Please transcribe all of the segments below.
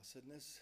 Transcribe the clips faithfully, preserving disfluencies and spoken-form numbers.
se dnes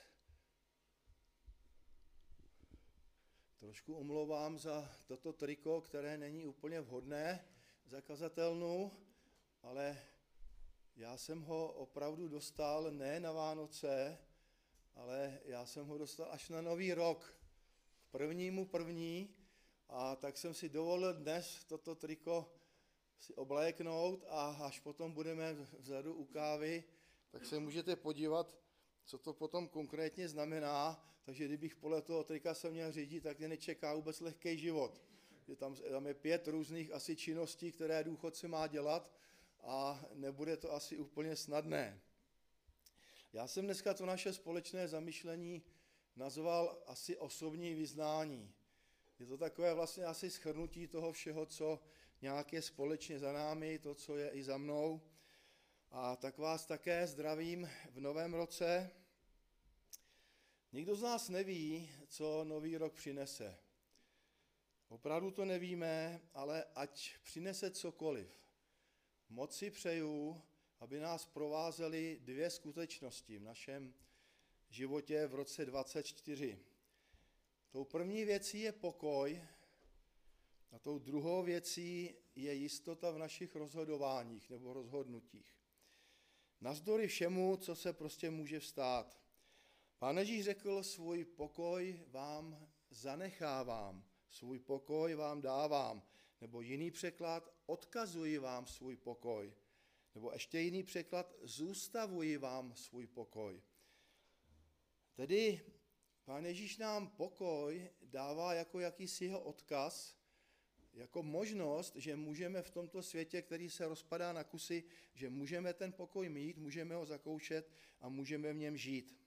trošku omlouvám za toto triko, které není úplně vhodné za kazatelnu, ale já jsem ho opravdu dostal ne na Vánoce, ale já jsem ho dostal až na Nový rok, k prvnímu první, a tak jsem si dovolil dnes toto triko si obléknout a až potom budeme vzadu u kávy, tak se můžete podívat, co to potom konkrétně znamená. Takže kdybych podle toho trika se měl řídit, tak mě nečeká vůbec lehký život. Že tam, tam je pět různých asi činností, které důchodce má dělat a nebude to asi úplně snadné. Já jsem dneska to naše společné zamyšlení nazval asi osobní vyznání. Je to takové vlastně asi shrnutí toho všeho, co nějak je společně za námi, to, co je i za mnou. A tak vás také zdravím v novém roce. Nikdo z nás neví, co nový rok přinese. Opravdu to nevíme, ale ať přinese cokoliv. Moc si přeju, aby nás provázely dvě skutečnosti v našem životě v roce dvacet čtyři. Tou první věcí je pokoj a tou druhou věcí je jistota v našich rozhodováních nebo rozhodnutích. Navzdory všemu, co se prostě může vstát. Pán Ježíš řekl, svůj pokoj vám zanechávám, svůj pokoj vám dávám, nebo jiný překlad, odkazuji vám svůj pokoj, nebo ještě jiný překlad, zůstavuji vám svůj pokoj. Tedy Pán Ježíš nám pokoj dává jako jakýsi jeho odkaz, jako možnost, že můžeme v tomto světě, který se rozpadá na kusy, že můžeme ten pokoj mít, můžeme ho zakoušet a můžeme v něm žít.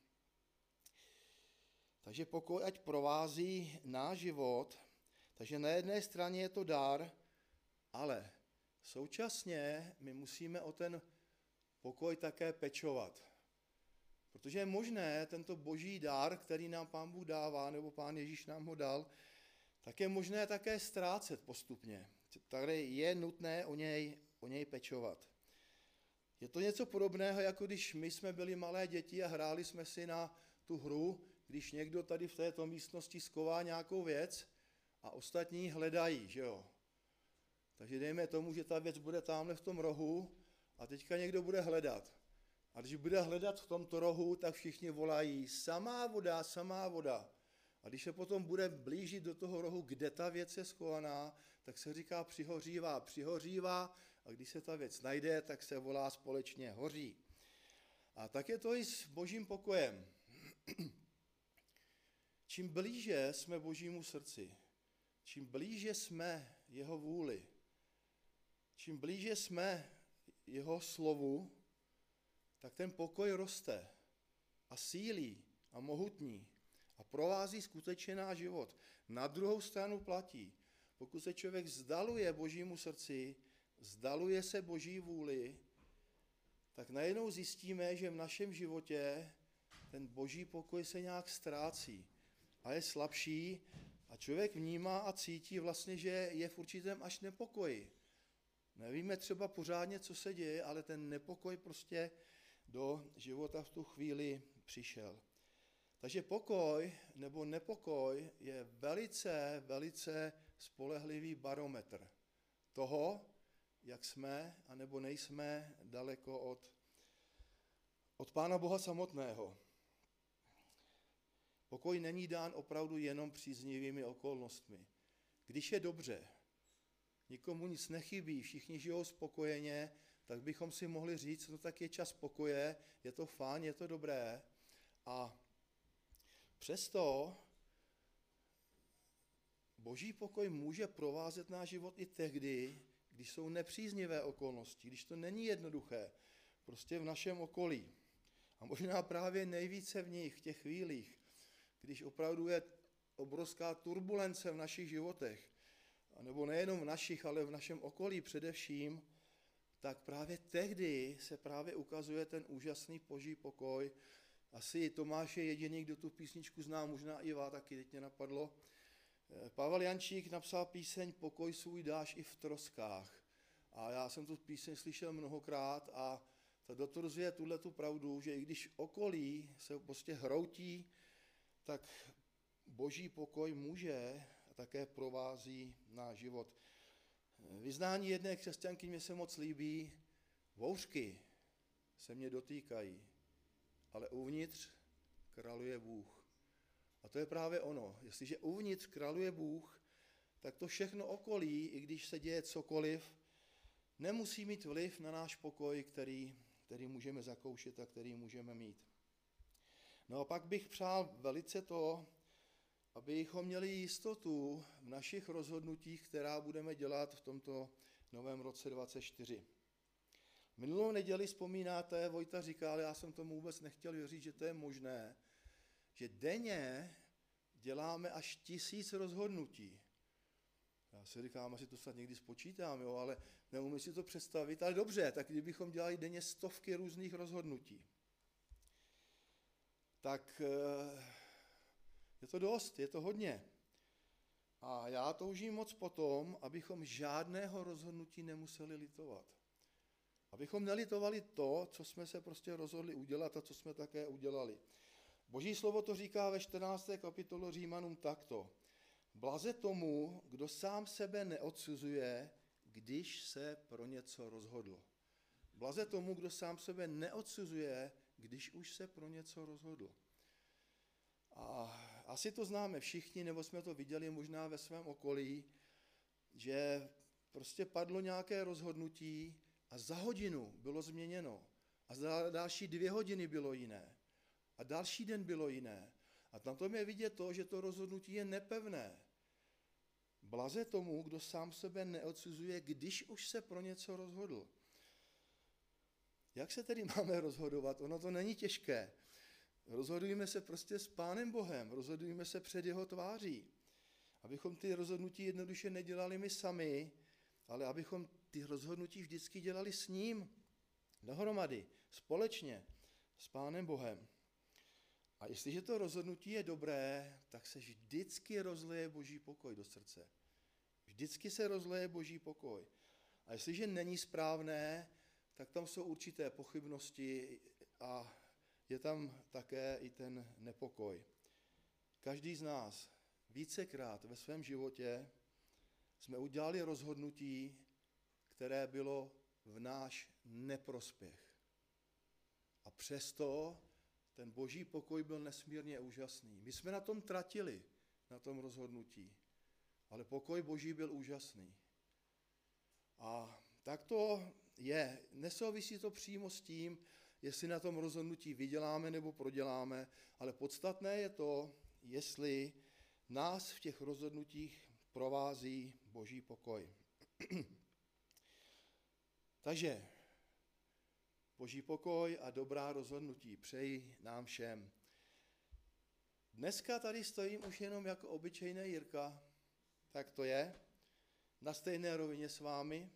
Takže pokoj ať provází náš život, takže na jedné straně je to dar, ale současně my musíme o ten pokoj také pečovat. Protože je možné tento boží dar, který nám Pán Bůh dává, nebo Pán Ježíš nám ho dal, tak je možné také ztrácet postupně. Tady je nutné o něj, o něj pečovat. Je to něco podobného, jako když my jsme byli malé děti a hráli jsme si na tu hru, když někdo tady v této místnosti sková nějakou věc a ostatní hledají, že jo. Takže dejme tomu, že ta věc bude tamhle v tom rohu a teďka někdo bude hledat. A když bude hledat v tomto rohu, tak všichni volají samá voda, samá voda. A když se potom bude blížit do toho rohu, kde ta věc je schovaná, tak se říká přihořívá, přihořívá a když se ta věc najde, tak se volá společně hoří. A tak je to i s božím pokojem. Čím blíže jsme božímu srdci, čím blíže jsme jeho vůli, čím blíže jsme jeho slovu, tak ten pokoj roste a sílí a mohutní a provází skutečně náš život. Na druhou stranu platí, pokud se člověk vzdaluje božímu srdci, vzdaluje se boží vůli, tak najednou zjistíme, že v našem životě ten boží pokoj se nějak ztrácí a je slabší a člověk vnímá a cítí vlastně, že je v určitém až nepokoji. Nevíme třeba pořádně, co se děje, ale ten nepokoj prostě do života v tu chvíli přišel. Takže pokoj nebo nepokoj je velice, velice spolehlivý barometr toho, jak jsme anebo nejsme daleko od, od Pána Boha samotného. Pokoj není dán opravdu jenom příznivými okolnostmi. Když je dobře, nikomu nic nechybí, všichni žijou spokojeně, tak bychom si mohli říct, no tak je čas pokoje, je to fajn, je to dobré. A přesto boží pokoj může provázet náš život i tehdy, když jsou nepříznivé okolnosti, když to není jednoduché, prostě v našem okolí. A možná právě nejvíce v nich, v těch chvílích, když opravdu je obrovská turbulence v našich životech, nebo nejenom v našich, ale v našem okolí především, tak právě tehdy se právě ukazuje ten úžasný boží pokoj. Asi Tomáš je jediný, kdo tu písničku zná, možná i vás taky, teď mě napadlo. Pavel Jančík napsal píseň Pokoj svůj dáš i v troskách. A já jsem tu píseň slyšel mnohokrát a to dotvrzuje tuhletu pravdu, že i když okolí se prostě hroutí, tak boží pokoj může a také provází náš život. Vyznání jedné křesťanky mě se moc líbí. Bouřky se mě dotýkají, ale uvnitř králuje Bůh. A to je právě ono. Jestliže uvnitř králuje Bůh, tak to všechno okolí, i když se děje cokoliv, nemusí mít vliv na náš pokoj, který, který můžeme zakoušet a který můžeme mít. No a pak bych přál velice to, abychom měli jistotu v našich rozhodnutích, která budeme dělat v tomto novém roce dvacet čtyři. Minulou neděli vzpomínáte, Vojta říkal, já jsem tomu vůbec nechtěl věřit, že to je možné, že denně děláme až tisíc rozhodnutí. Já si říkám, asi to snad někdy spočítám, jo, ale neumím si to představit. Ale dobře, tak kdybychom dělali denně stovky různých rozhodnutí, tak je to dost, je to hodně. A já toužím moc potom, abychom žádného rozhodnutí nemuseli litovat. Abychom nelitovali to, co jsme se prostě rozhodli udělat a co jsme také udělali. Boží slovo to říká ve čtrnácté kapitole Římanům takto. Blaze tomu, kdo sám sebe neodsuzuje, když se pro něco rozhodl. Blaze tomu, kdo sám sebe neodsuzuje, když už se pro něco rozhodl. A asi to známe všichni, nebo jsme to viděli možná ve svém okolí, že prostě padlo nějaké rozhodnutí a za hodinu bylo změněno. A za další dvě hodiny bylo jiné. A další den bylo jiné. A na tom je vidět to, že to rozhodnutí je nepevné. Blaze tomu, kdo sám sebe neodsuzuje, když už se pro něco rozhodl. Jak se tedy máme rozhodovat? Ono to není těžké. Rozhodujeme se prostě s Pánem Bohem, rozhodujeme se před jeho tváří. Abychom ty rozhodnutí jednoduše nedělali my sami, ale abychom ty rozhodnutí vždycky dělali s ním, dohromady, společně, s Pánem Bohem. A jestliže to rozhodnutí je dobré, tak se vždycky rozleje boží pokoj do srdce. Vždycky se rozleje boží pokoj. A jestliže není správné, tak tam jsou určité pochybnosti a je tam také i ten nepokoj. Každý z nás vícekrát ve svém životě jsme udělali rozhodnutí, které bylo v náš neprospěch. A přesto ten boží pokoj byl nesmírně úžasný. My jsme na tom tratili, na tom rozhodnutí, ale pokoj boží byl úžasný. A tak to je. Nesouvisí to přímo s tím, jestli na tom rozhodnutí vyděláme nebo proděláme, ale podstatné je to, jestli nás v těch rozhodnutích provází boží pokoj. Takže boží pokoj a dobrá rozhodnutí přeji nám všem. Dneska tady stojím už jenom jako obyčejný Jirka, tak to je, na stejné rovině s vámi.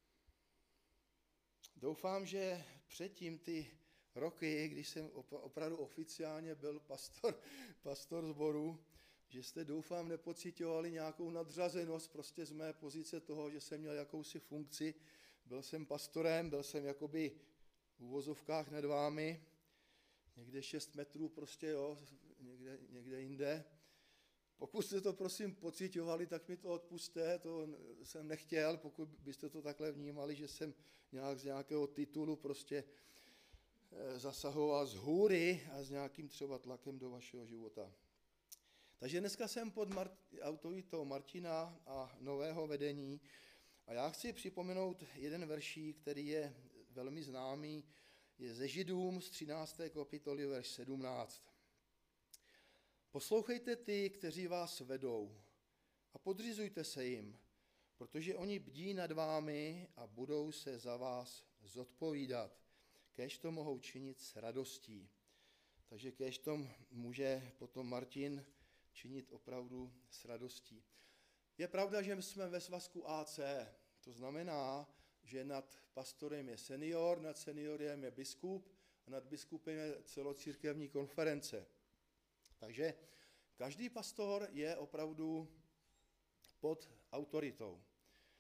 Doufám, že předtím ty roky, když jsem opravdu oficiálně byl pastor, pastor sboru, že jste, doufám, nepociťovali nějakou nadřazenost prostě z mé pozice toho, že jsem měl jakousi funkci. Byl jsem pastorem, byl jsem jakoby v uvozovkách nad vámi, někde šest metrů prostě, jo, někde, někde jinde. Pokud jste to prosím pociťovali, tak mi to odpusťte, to jsem nechtěl, pokud byste to takhle vnímali, že jsem nějak z nějakého titulu prostě zasahoval z hůry a s nějakým třeba tlakem do vašeho života. Takže dneska jsem pod Mart- autoritou Martina a nového vedení a já chci připomenout jeden veršík, který je velmi známý, je ze Židům z třinácté kapitoly, verš sedmnáct. Poslouchejte ty, kteří vás vedou a podřizujte se jim, protože oni bdí nad vámi a budou se za vás zodpovídat. Kéž to mohou činit s radostí. Takže kéž to může potom Martin činit opravdu s radostí. Je pravda, že jsme ve svazku A C, to znamená, že nad pastorem je senior, nad seniorem je biskup a nad biskupem je celocírkevní konference. Takže každý pastor je opravdu pod autoritou.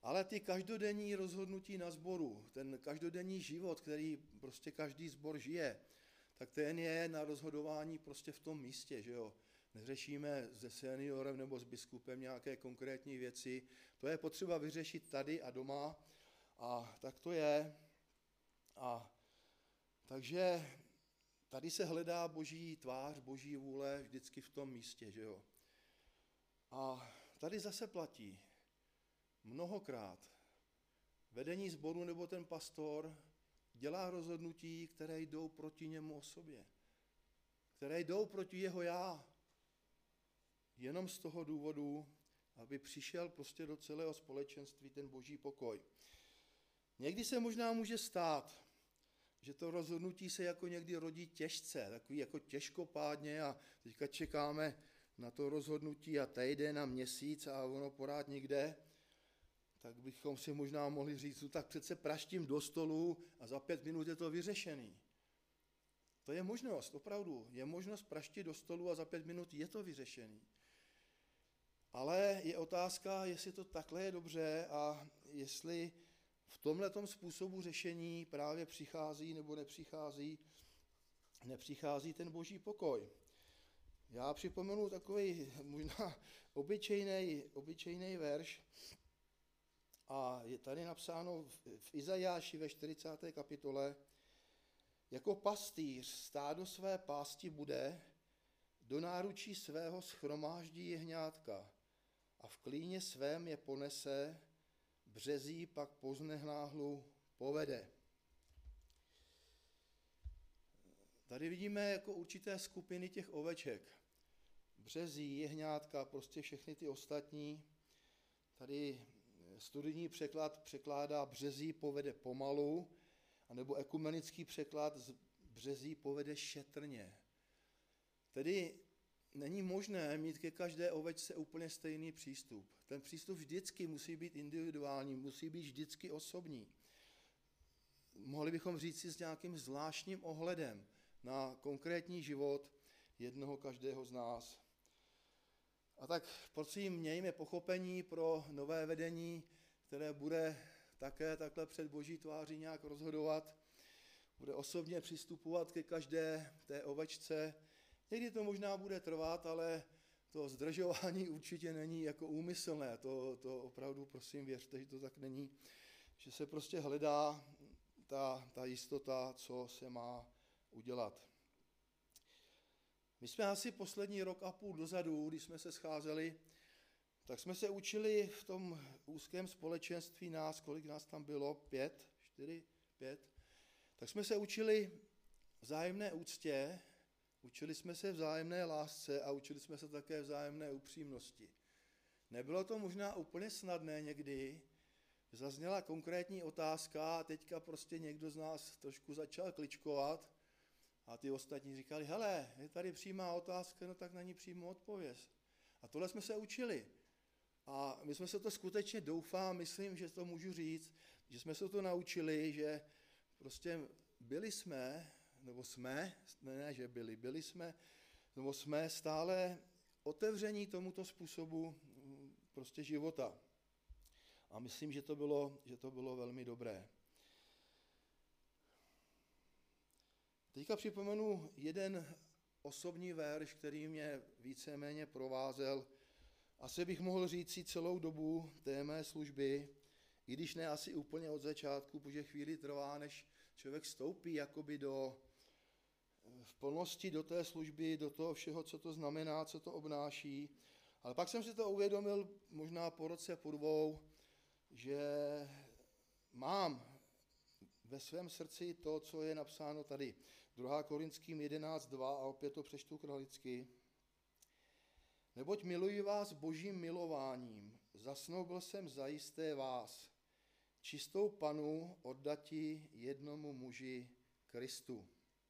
Ale ty každodenní rozhodnutí na sboru, ten každodenní život, který prostě každý sbor žije, tak ten je na rozhodování prostě v tom místě, že jo. Neřešíme se seniorem nebo s biskupem nějaké konkrétní věci, to je potřeba vyřešit tady a doma a tak to je. A takže tady se hledá boží tvář, boží vůle vždycky v tom místě, že jo. A tady zase platí mnohokrát vedení sboru nebo ten pastor dělá rozhodnutí, které jdou proti němu osobě, které jdou proti jeho já, jenom z toho důvodu, aby přišel prostě do celého společenství ten boží pokoj. Někdy se možná může stát, že to rozhodnutí se jako někdy rodí těžce, takový jako těžkopádně a teďka čekáme na to rozhodnutí a týden a měsíc a ono pořád nikde, tak bychom si možná mohli říct, no tak přece praštím do stolu a za pět minut je to vyřešený. To je možnost, opravdu, je možnost praštit do stolu a za pět minut je to vyřešený. Ale je otázka, jestli to takhle je dobře a jestli v tomhletom způsobu řešení právě přichází nebo nepřichází, nepřichází ten boží pokoj. Já připomenu takový možná obyčejný, obyčejný verš a je tady napsáno v Izajáši ve čtyřicáté kapitole, jako pastýř stádo své pásti bude, do náručí svého shromáždí jehňátka a v klíně svém je ponese, březí pak po znehnáhlu povede. Tady vidíme jako určité skupiny těch oveček. Březí, jehňátka, prostě všechny ty ostatní. Tady studijní překlad překládá březí povede pomalu, anebo ekumenický překlad z březí povede šetrně. Tedy není možné mít ke každé ovečce úplně stejný přístup. Ten přístup vždycky musí být individuální, musí být vždycky osobní. Mohli bychom říct si s nějakým zvláštním ohledem na konkrétní život jednoho každého z nás. A tak prosím, mějme pochopení pro nové vedení, které bude také takhle před boží tváří nějak rozhodovat, bude osobně přistupovat ke každé té ovečce. Někdy to možná bude trvat, ale to zdržování určitě není jako úmyslné. To, to opravdu, prosím, věřte, že to tak není. Že se prostě hledá ta, ta jistota, co se má udělat. My jsme asi poslední rok a půl dozadu, když jsme se scházeli, tak jsme se učili v tom úzkém společenství nás, kolik nás tam bylo, pět, čtyři, pět, tak jsme se učili vzájemné úctě, učili jsme se vzájemné lásce a učili jsme se také vzájemné upřímnosti. Nebylo to možná úplně snadné někdy, zazněla konkrétní otázka a teďka prostě někdo z nás trošku začal kličkovat a ty ostatní říkali, hele, je tady přímá otázka, no tak na ní přímo odpověz. A tohle jsme se učili. A my jsme se to skutečně, doufám, myslím, že to můžu říct, že jsme se to naučili, že prostě byli jsme, nebo jsme, ne, ne že byli, byli jsme, nebo jsme stále otevření tomuto způsobu prostě života. A myslím, že to bylo, že to bylo velmi dobré. Teďka připomenu jeden osobní verš, který mě víceméně provázel. Asi bych mohl říct si celou dobu té mé služby, i když ne asi úplně od začátku, protože chvíli trvá, než člověk vstoupí jakoby do, v plnosti do té služby, do toho všeho, co to znamená, co to obnáší. Ale pak jsem si to uvědomil možná po roce, po dvou, že mám ve svém srdci to, co je napsáno tady. druhá Korinským jedenáct dva a opět to přečtu kralicky. Neboť miluji vás božím milováním, zasnoubil jsem zajisté vás, čistou panu oddati jednomu muži Kristu.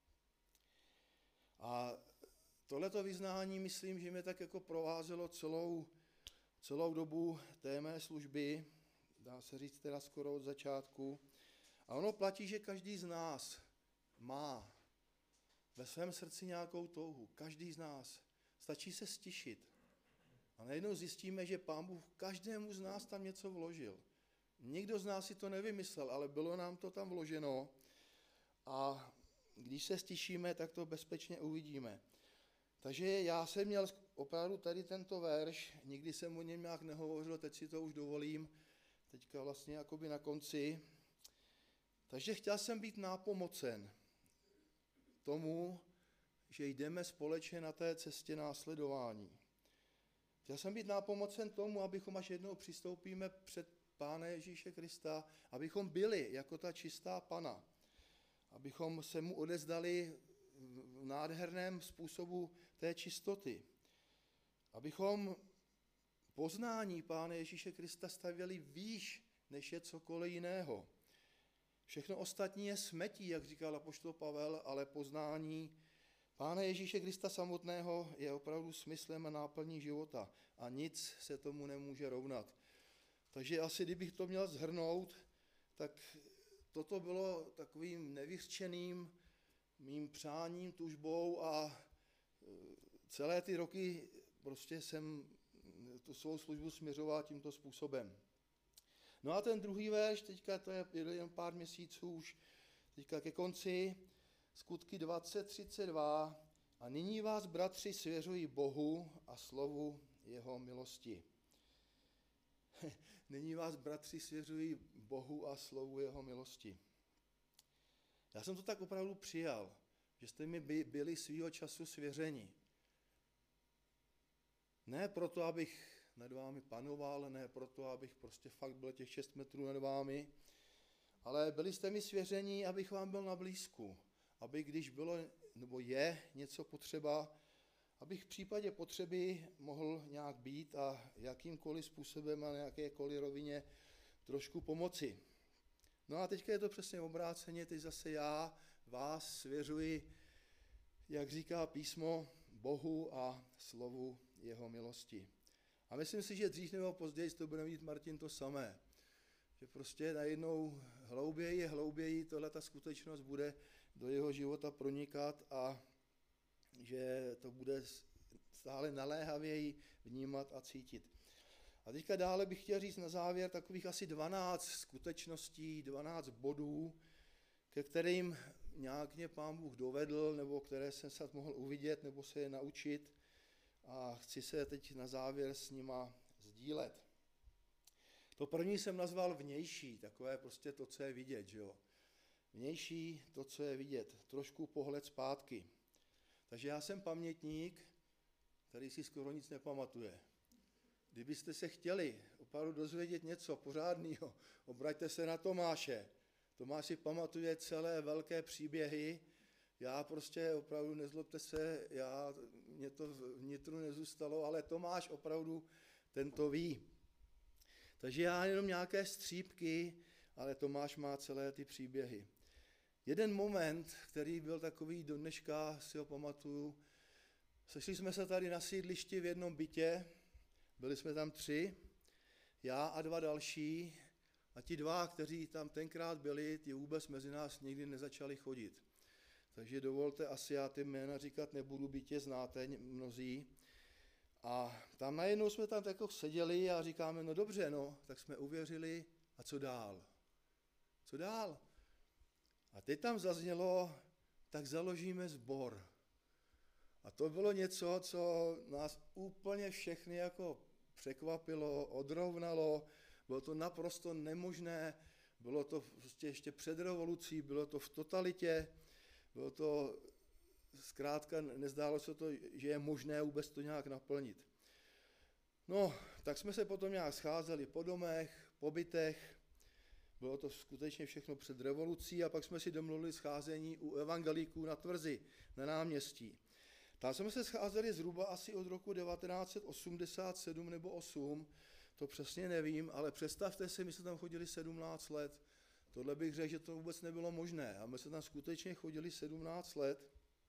A tohleto vyznání, myslím, že mě tak jako provázelo celou, celou dobu té mé služby, dá se říct teda skoro od začátku. A ono platí, že každý z nás má ve svém srdci nějakou touhu. Každý z nás. Stačí se stišit. A najednou zjistíme, že Pán Bůh každému z nás tam něco vložil. Nikdo z nás si to nevymyslel, ale bylo nám to tam vloženo a když se stišíme, tak to bezpečně uvidíme. Takže já jsem měl opravdu tady tento verš, nikdy jsem o něm nějak nehovořil, teď si to už dovolím, teďka vlastně jakoby na konci. Takže chtěl jsem být nápomocen tomu, že jdeme společně na té cestě následování. Chtěl jsem být nápomocen tomu, abychom až jednou přistoupíme před Pána Ježíše Krista, abychom byli jako ta čistá Pana, abychom se mu odezdali v nádherném způsobu té čistoty, abychom poznání Pána Ježíše Krista stavěli výš, než je cokoliv jiného. Všechno ostatní je smetí, jak říkal apoštol Pavel, ale poznání Pána Ježíše Krista samotného je opravdu smyslem a náplní života a nic se tomu nemůže rovnat. Takže asi, kdybych to měl shrnout, tak toto bylo takovým nevyřčeným mým přáním, tužbou a celé ty roky prostě jsem tu svou službu směřoval tímto způsobem. No a ten druhý verš, teďka to je jen pár měsíců už, teďka ke konci, Skutky dvacet třicet dva. A nyní vás, bratři, svěřuji Bohu a slovu jeho milosti. Nyní vás, bratři, svěřuji Bohu a slovu jeho milosti. Já jsem to tak opravdu přijal, že jste mi by, byli svýho času svěřeni. Ne proto, abych nad vámi panoval, ne proto, abych prostě fakt byl těch šest metrů nad vámi, ale byli jste mi svěřeni, abych vám byl na blízku, aby když bylo nebo je něco potřeba, abych v případě potřeby mohl nějak být a jakýmkoliv způsobem a na jakékoliv rovině trošku pomoci. No a teďka je to přesně obráceně, teď zase já vás svěřuji, jak říká písmo, Bohu a slovu jeho milosti. A myslím si, že dřív nebo později to bude mít Martin to samé. Že prostě najednou hlouběji, hlouběji tohle ta skutečnost bude do jeho života pronikat a že to bude stále naléhavěji vnímat a cítit. A teďka dále bych chtěl říct na závěr takových asi dvanáct skutečností, dvanáct bodů, ke kterým nějak mě Pán Bůh dovedl, nebo které jsem se mohl uvidět, nebo se je naučit. A chci se teď na závěr s nima sdílet. To první jsem nazval vnější, takové prostě to, co je vidět, že jo. Vnější, to, co je vidět, trošku pohled zpátky. Takže já jsem pamětník, který si skoro nic nepamatuje. Kdybyste se chtěli opravdu dozvědět něco pořádného, obraťte se na Tomáše. Tomáš si pamatuje celé velké příběhy. Já prostě opravdu, nezlobte se, já, mě to vnitru nezůstalo, ale Tomáš opravdu tento ví. Takže já jenom nějaké střípky, ale Tomáš má celé ty příběhy. Jeden moment, který byl takový do dneška, si ho pamatuju, sešli jsme se tady na sídlišti v jednom bytě, byli jsme tam tři, já a dva další, a ti dva, kteří tam tenkrát byli, ti vůbec mezi nás nikdy nezačali chodit. Takže dovolte, asi já ty jména říkat nebudu, bytě znáte mnozí. A tam najednou jsme tam tako seděli a říkáme, no dobře, no, tak jsme uvěřili, a co dál? Co dál? A teď tam zaznělo, tak založíme sbor. A to bylo něco, co nás úplně všechny jako překvapilo, odrovnalo, bylo to naprosto nemožné, bylo to prostě ještě před revolucí, bylo to v totalitě, bylo to zkrátka, nezdálo se to, že je možné vůbec to nějak naplnit. No, tak jsme se potom nějak scházeli po domech, po bytech, bylo to skutečně všechno před revolucí a pak jsme si domluvili scházení u evangelíků na Tvrzi, na náměstí. Tam jsme se scházeli zhruba asi od roku devatenáct set osmdesát sedm nebo osm, to přesně nevím, ale představte si, my jsme tam chodili sedmnáct let. Tohle bych řekl, že to vůbec nebylo možné. A my jsme tam skutečně chodili sedmnáct let.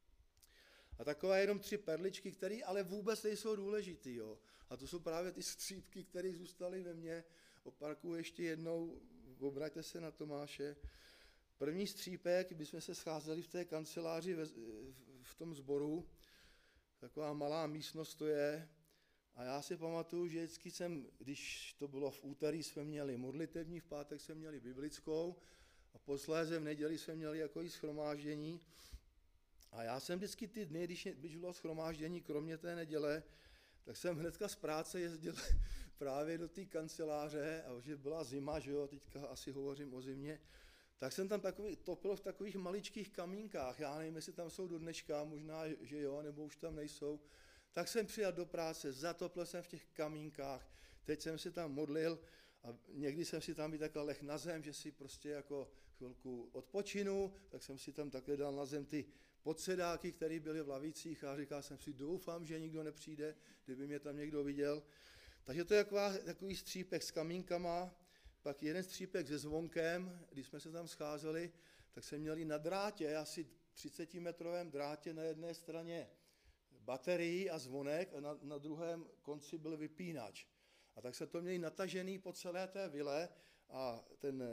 A takové jenom tři perličky, které ale vůbec nejsou důležitý. Jo. A to jsou právě ty střípky, které zůstaly ve mně. Opakuju ještě jednou, obraťte se na Tomáše. První střípek, kdy jsme se scházeli v té kanceláři ve, v tom sboru, taková malá místnost to je, A já si pamatuju, že vždycky jsem, když to bylo v úterý, jsme měli modlitevní, v pátek jsme měli biblickou a posléze v neděli jsme měli jako i shromáždění. A já jsem vždycky ty dny, když, když bylo shromáždění, kromě té neděle, tak jsem hnedka z práce jezdil právě do té kanceláře, a že byla zima, že jo, teďka asi hovořím o zimě, tak jsem tam takový, topil v takových maličkých kamínkách, já nevím, jestli tam jsou do dneška, možná, že jo, nebo už tam nejsou. Tak jsem přijel do práce, zatopil jsem v těch kamínkách, teď jsem si tam modlil a někdy jsem si tam i takhle leh na zem, že si prostě jako chvilku odpočinu, tak jsem si tam také dal na zem ty podsedáky, které byly v lavicích a říkal jsem si, doufám, že nikdo nepřijde, kdyby mě tam někdo viděl. Takže to je taková, takový střípek s kamínkama, pak jeden střípek se zvonkem, když jsme se tam scházeli, tak jsme měli na drátě, asi třicetimetrovém drátě na jedné straně baterii a zvonek a na, na druhém konci byl vypínač. A tak se to měli natažený po celé té vile a ten,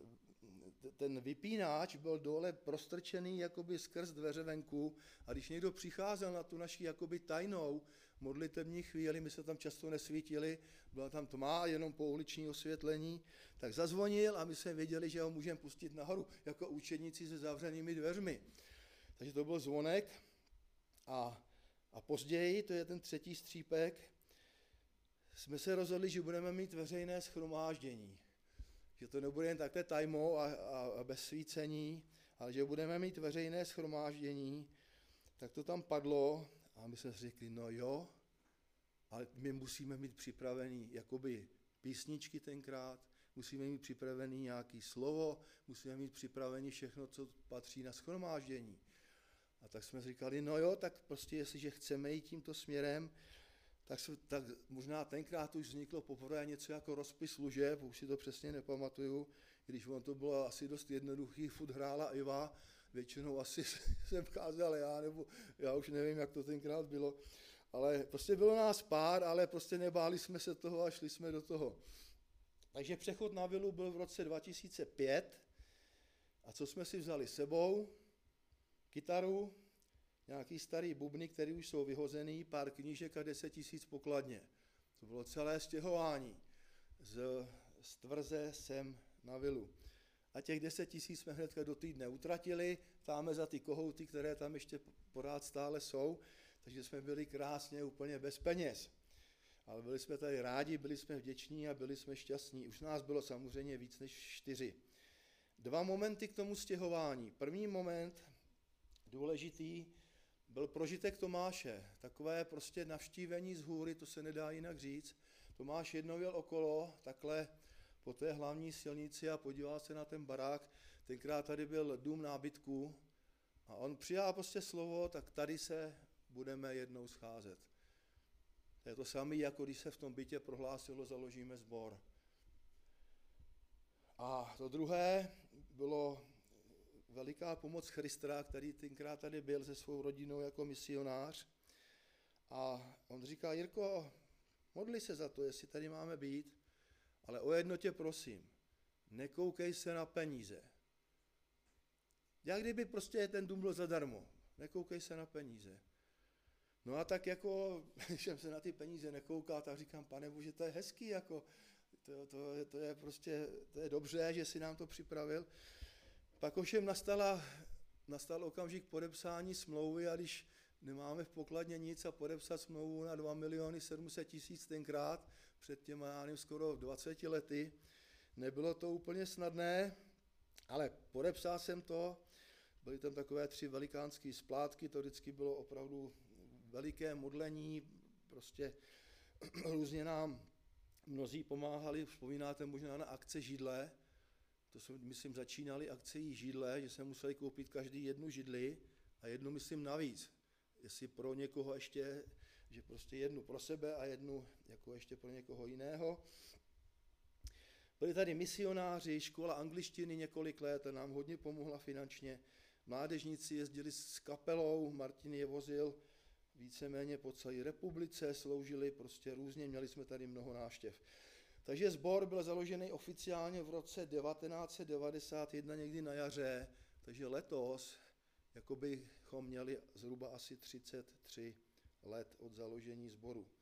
ten vypínač byl dole prostrčený jakoby skrz dveře venku a když někdo přicházel na tu naši jakoby tajnou modlitevní chvíli, my se tam často nesvítili, byla tam tma, jenom pouliční osvětlení, tak zazvonil a my jsme věděli, že ho můžeme pustit nahoru jako učedníci se zavřenými dveřmi. Takže to byl zvonek a A později, to je ten třetí střípek, jsme se rozhodli, že budeme mít veřejné shromáždění. Že to nebude jen takhle tajmo a, a, a bez svícení, ale že budeme mít veřejné shromáždění. Tak to tam padlo a my jsme si řekli, no jo, ale my musíme mít připravený jakoby písničky tenkrát, musíme mít připravený nějaký slovo, musíme mít připravený všechno, co patří na shromáždění. A tak jsme říkali, no jo, tak prostě jestliže chceme jít tímto směrem, tak, se, tak možná tenkrát už vzniklo poprvé něco jako rozpis služeb, už si to přesně nepamatuju, když on to bylo asi dost jednoduchý, furt hrála Iva, většinou asi jsem vcházel já, nebo já už nevím, jak to tenkrát bylo, ale prostě bylo nás pár, ale prostě nebáli jsme se toho a šli jsme do toho. Takže přechod na vilu byl v roce dva tisíce pět a co jsme si vzali sebou? Kytaru, nějaký starý bubny, které už jsou vyhozený, pár knížek a deset tisíc pokladně. To bylo celé stěhování z, z Tvrze sem na vilu. A těch deset tisíc jsme hnedka do týdne utratili, táme za ty kohouty, které tam ještě pořád stále jsou, takže jsme byli krásně úplně bez peněz. Ale byli jsme tady rádi, byli jsme vděční a byli jsme šťastní. Už nás bylo samozřejmě víc než čtyři. Dva momenty k tomu stěhování. První moment, důležitý, byl prožitek Tomáše. Takové prostě navštívení z hůry, to se nedá jinak říct. Tomáš jednou jel okolo, takhle po té hlavní silnici a podíval se na ten barák. Tenkrát tady byl dům nábytků a on přijal prostě slovo, tak tady se budeme jednou scházet. To je to samé, jako když se v tom bytě prohlásilo, založíme sbor. A to druhé bylo veliká pomoc Christra, který tenkrát tady byl se svou rodinou jako misionář. A on říká, Jirko, modli se za to, jestli tady máme být, ale o jedno tě prosím, nekoukej se na peníze. Jak kdyby prostě ten dům byl zadarmo, nekoukej se na peníze. No a tak jako, když jsem se na ty peníze nekoukal, tak říkám, Pane Bože, to je hezký, jako, to, to, to je prostě, to je dobře, že jsi nám to připravil. Pak ovšem nastala, nastal okamžik podepsání smlouvy a když nemáme v pokladně nic a podepsat smlouvu na dva miliony sedm set tisíc tenkrát, před těma, já nevím, skoro dvaceti lety, nebylo to úplně snadné, ale podepsal jsem to, byly tam takové tři velikánské splátky, to vždycky bylo opravdu veliké modlení, prostě různě nám mnozí pomáhali, vzpomínáte možná na akce židle, to jsme, myslím, začínali akcí židle, že jsme museli koupit každý jednu židli a jednu, myslím, navíc. Jestli pro někoho ještě, že prostě jednu pro sebe a jednu jako ještě pro někoho jiného. Byli tady misionáři, škola angličtiny několik let, a nám hodně pomohla finančně. Mládežníci jezdili s kapelou, Martin je vozil víceméně po celé republice, sloužili prostě různě, měli jsme tady mnoho návštěv. Takže sbor byl založený oficiálně v roce devatenáct set devadesát jedna někdy na jaře, takže letos jako bychom měli zhruba asi třicet tři let od založení sboru.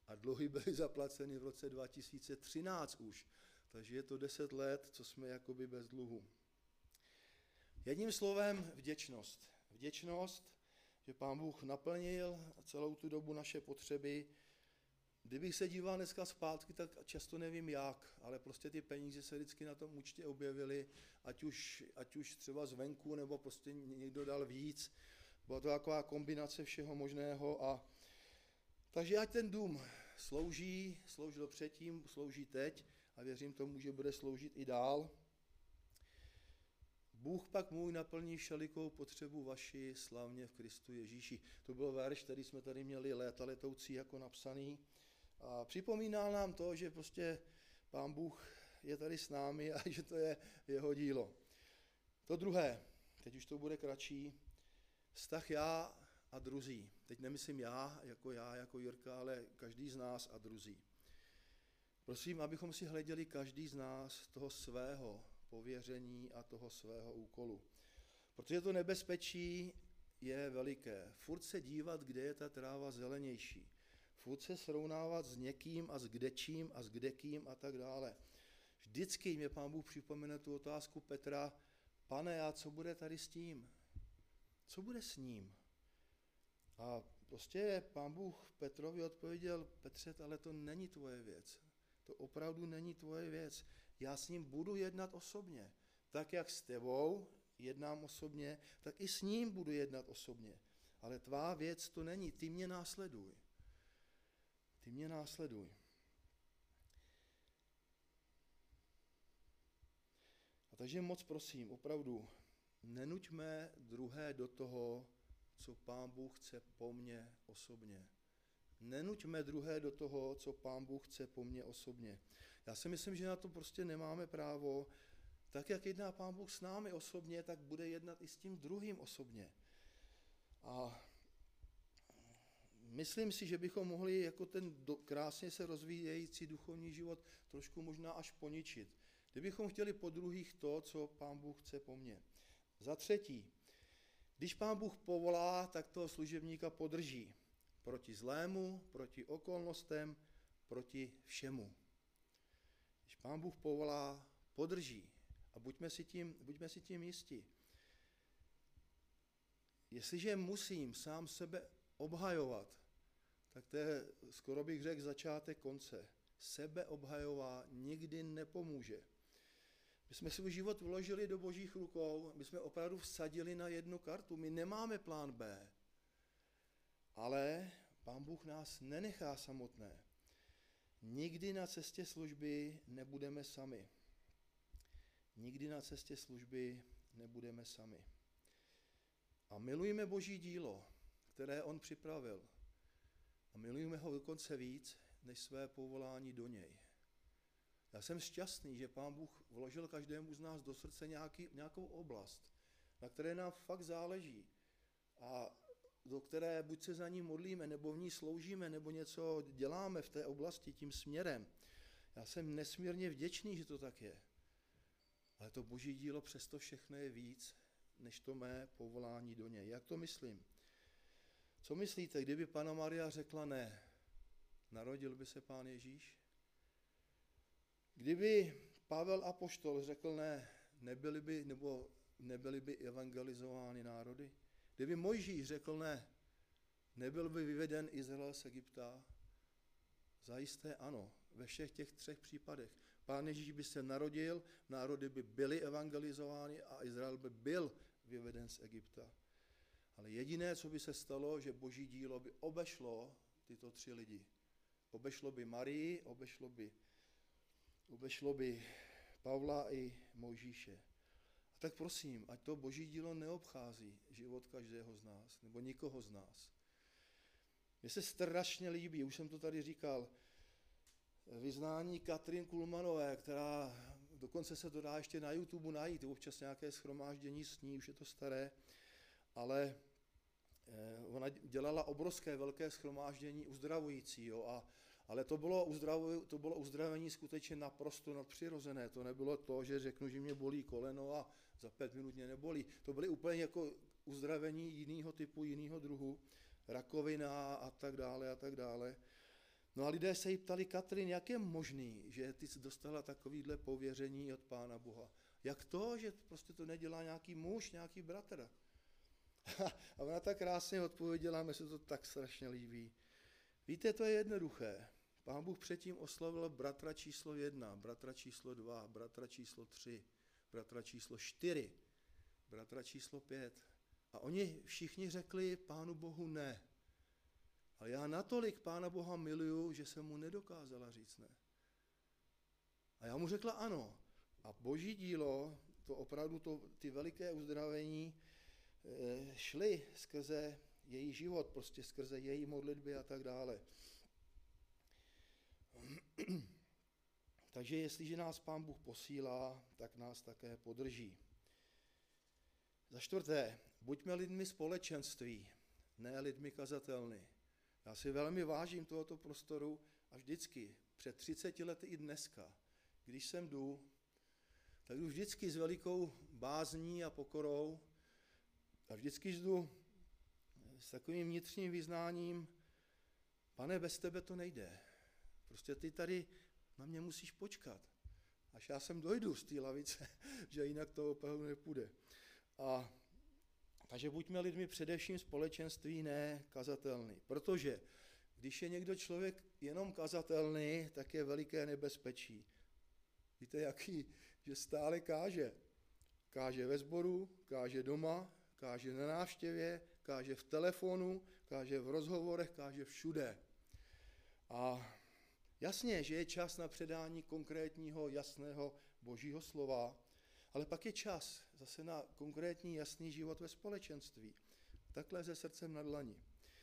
A dluhy byly zaplaceny v roce dva tisíce třináct už. Takže je to deset let, co jsme jakoby bez dluhu. Jedním slovem vděčnost. Vděčnost, že Pán Bůh naplnil celou tu dobu naše potřeby. Kdybych se díval dneska zpátky, tak často nevím jak, ale prostě ty peníze se vždycky na tom účtě objevily, ať už, ať už třeba zvenku, nebo prostě někdo dal víc. Byla to taková kombinace všeho možného. A takže ať ten dům slouží, sloužil předtím, slouží teď a věřím tomu, že bude sloužit i dál. Bůh pak můj naplní všelikou potřebu vaši slavně v Kristu Ježíši. To byl verš, který jsme tady měli léta letoucí jako napsaný. A připomínal nám to, že prostě Pán Bůh je tady s námi a že to je jeho dílo. To druhé, teď už to bude kratší, vztah já a druzí. Teď nemyslím já, jako já, jako Jirka, ale každý z nás a druzí. Prosím, abychom si hleděli každý z nás toho svého pověření a toho svého úkolu. Protože to nebezpečí je veliké. Furt se dívat, kde je ta tráva zelenější. Furt se srovnávat s někým a s kdečím a s kdekým a tak dále. Vždycky mě Pán Bůh připomene tu otázku Petra, Pane, a co bude tady s tím? Co bude s ním? A prostě Pán Bůh Petrovi odpověděl, Petře, ale to není tvoje věc. To opravdu není tvoje věc. Já s ním budu jednat osobně. Tak, jak s tebou jednám osobně, tak i s ním budu jednat osobně. Ale tvá věc to není. Ty mě následuj. Ty mě následuj. A takže moc prosím, opravdu, nenuťme druhé do toho, co Pán Bůh chce po mně osobně. Nenuťme druhé do toho, co Pán Bůh chce po mně osobně. Já si myslím, že na to prostě nemáme právo. Tak, jak jedná Pán Bůh s námi osobně, tak bude jednat i s tím druhým osobně. A myslím si, že bychom mohli jako ten do, krásně se rozvíjející duchovní život trošku možná až poničit. Kdybychom chtěli po druhých to, co Pán Bůh chce po mně. Za třetí, když Pán Bůh povolá, tak toho služebníka podrží. Proti zlému, proti okolnostem, proti všemu. Když Pán Bůh povolá, podrží. A buďme si tím, buďme si tím jisti. Jestliže musím sám sebe obhajovat, tak to je, skoro bych řekl, začátek konce. Sebeobhajová nikdy nepomůže. My jsme svůj život vložili do Božích rukou, my jsme opravdu vsadili na jednu kartu, my nemáme plán B. Ale Pán Bůh nás nenechá samotné. Nikdy na cestě služby nebudeme sami. Nikdy na cestě služby nebudeme sami. A milujme Boží dílo, které on připravil. A milujme ho dokonce víc, než své povolání do něj. Já jsem šťastný, že Pán Bůh vložil každému z nás do srdce nějaký, nějakou oblast, na které nám fakt záleží. A do které buď se za ní modlíme, nebo v ní sloužíme, nebo něco děláme v té oblasti tím směrem. Já jsem nesmírně vděčný, že to tak je. Ale to Boží dílo přesto všechno je víc, než to mé povolání do něj. Jak to myslím? Co myslíte, kdyby Panna Maria řekla ne? Narodil by se Pán Ježíš? Kdyby Pavel apoštol řekl ne, nebyly by, nebo nebyly by evangelizovány národy? Kdyby Mojžíš řekl ne, nebyl by vyveden Izrael z Egypta? Zajisté ano, ve všech těch třech případech. Pán Ježíš by se narodil, národy by byly evangelizovány a Izrael by byl vyveden z Egypta. Ale jediné, co by se stalo, že Boží dílo by obešlo tyto tři lidi. Obešlo by Marii, obešlo by, obešlo by Pavla i Mojžíše. A tak prosím, ať to Boží dílo neobchází život každého z nás, nebo nikoho z nás. Mně se strašně líbí, už jsem to tady říkal, vyznání Katrin Kulmanové, která dokonce se to dá ještě na YouTube najít, občas nějaké shromáždění s ní, už je to staré, ale ona dělala obrovské velké shromáždění uzdravující, jo, a, ale to bylo, uzdravu, to bylo uzdravení skutečně naprosto nadpřirozené, to nebylo to, že řeknu, že mě bolí koleno a za pět minut mě nebolí, to byly úplně jako uzdravení jiného typu, jiného druhu, rakovina a tak dále a tak dále. No a lidé se jí ptali: Katrin, jak je možný, že ty jsi dostala takovýhle pověření od Pána Boha? Jak to, že prostě to nedělá nějaký muž, nějaký bratr? A ona tak krásně odpověděla, mi se to tak strašně líbí. Víte, to je jednoduché. Pán Bůh předtím oslovil bratra číslo jedna, bratra číslo dva, bratra číslo tři, bratra číslo čtyři, bratra číslo pět. A oni všichni řekli Pánu Bohu ne. Ale já natolik Pána Boha miluju, že jsem mu nedokázala říct ne. A já mu řekla ano. A boží dílo, to opravdu to, ty veliké uzdravení e, šly skrze její život, prostě skrze její modlitby a tak dále. Takže jestliže nás Pán Bůh posílá, tak nás také podrží. Za čtvrté, buďme lidmi společenství, ne lidmi kazatelny. Já si velmi vážím tohoto prostoru a vždycky, před třiceti lety i dneska, když sem jdu, tak jdu vždycky s velikou bázní a pokorou a vždycky jdu s takovým vnitřním vyznáním: Pane, bez tebe to nejde. Prostě ty tady na mě musíš počkat, až já sem dojdu z té lavice, že jinak to opravdu nepůjde. A takže buďme lidmi především společenství, ne kazatelný. Protože když je někdo člověk jenom kazatelný, tak je veliké nebezpečí. Víte, jaký? Že stále káže. Káže ve sboru, káže doma, káže na návštěvě, káže v telefonu, káže v rozhovorech, káže všude. A jasně, že je čas na předání konkrétního, jasného božího slova, ale pak je čas zase na konkrétní, jasný život ve společenství. Takhle se srdcem na dlani.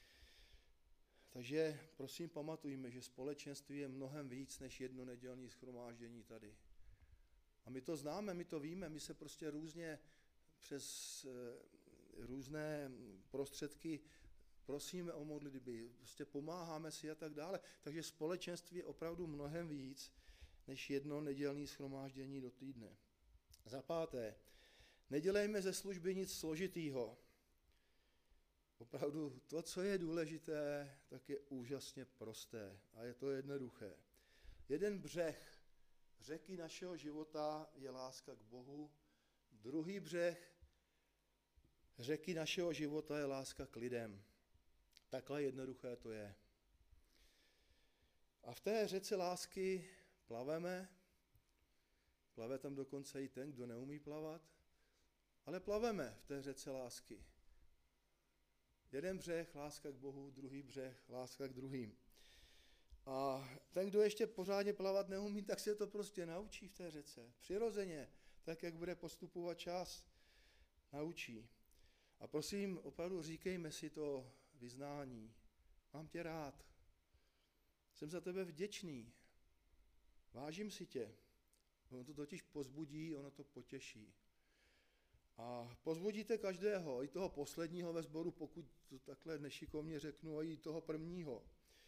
Takže prosím pamatujme, že společenství je mnohem víc než jedno nedělní shromáždění tady. A my to známe, my to víme, my se prostě různě přes různé prostředky prosíme o modlitby, prostě pomáháme si a tak dále. Takže společenství je opravdu mnohem víc než jedno nedělní shromáždění do týdne. Za páté, nedělejme ze služby nic složitýho. Opravdu to, co je důležité, tak je úžasně prosté a je to jednoduché. Jeden břeh řeky našeho života je láska k Bohu, druhý břeh řeky našeho života je láska k lidem. Takhle jednoduché to je. A v té řece lásky plaveme, plave tam dokonce i ten, kdo neumí plavat, ale plaveme v té řece lásky. Jeden břeh, láska k Bohu, druhý břeh, láska k druhým. A ten, kdo ještě pořádně plavat neumí, tak se to prostě naučí v té řece. Přirozeně, tak jak bude postupovat čas, naučí. A prosím, opravdu říkejme si to vyznání. Mám tě rád. Jsem za tebe vděčný. Vážím si tě. Ono to totiž pozbudí, ono to potěší. A pozbudíte každého, i toho posledního ve sboru, pokud to takhle nešikovně řeknu, a i toho prvního.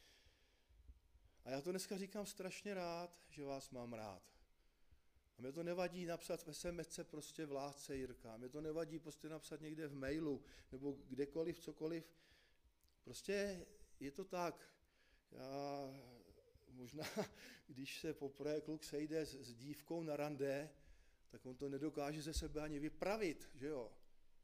A já to dneska říkám strašně rád, že vás mám rád. A mě to nevadí napsat v esemesce prostě v lásce Jirka. Mě to nevadí prostě napsat někde v mailu, nebo kdekoliv, cokoliv. Prostě je to tak. Já možná, když se poprvé kluk sejde s, s dívkou na rande, tak on to nedokáže ze sebe ani vypravit, že jo.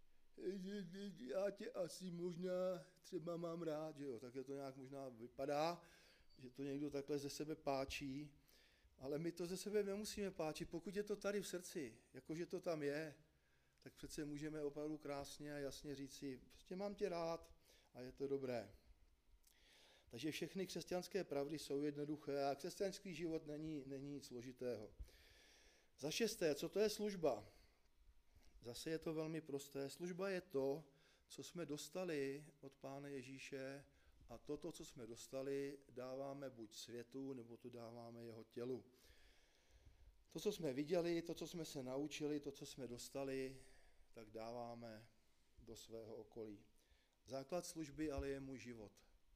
Já tě asi možná třeba mám rád, že jo. Tak je to nějak možná vypadá, že to někdo takhle ze sebe páčí, ale my to ze sebe nemusíme páčit. Pokud je to tady v srdci, jakože to tam je, tak přece můžeme opravdu krásně a jasně říci, prostě mám tě rád a je to dobré. Takže všechny křesťanské pravdy jsou jednoduché a křesťanský život není, není nic složitého. Za šesté, co to je služba? Zase je to velmi prosté. Služba je to, co jsme dostali od Pána Ježíše, a toto, co jsme dostali, dáváme buď světu, nebo to dáváme jeho tělu. To, co jsme viděli, to, co jsme se naučili, to, co jsme dostali, tak dáváme do svého okolí. Základ služby ale je můj život.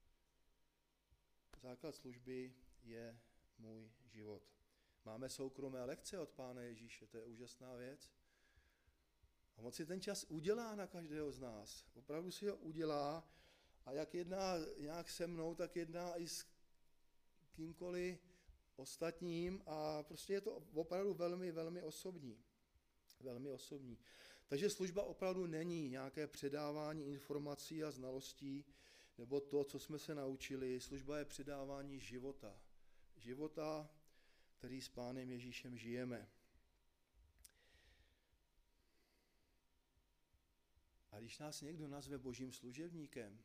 Základ služby je můj život. Máme soukromé lekce od Pána Ježíše, to je úžasná věc. A on si ten čas udělá na každého z nás. Opravdu si ho udělá. A jak jedná nějak se mnou, tak jedná i s kýmkoliv ostatním a prostě je to opravdu velmi, velmi osobní. Velmi osobní. Takže služba opravdu není nějaké předávání informací a znalostí, nebo to, co jsme se naučili. Služba je předávání života. Života, který s Pánem Ježíšem žijeme. A když nás někdo nazve božím služebníkem,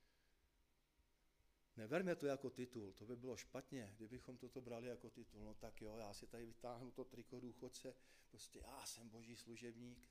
neberme to jako titul, to by bylo špatně, kdybychom toto brali jako titul. No tak jo, já si tady vytáhnu to triko důchodce, prostě já jsem boží služebník.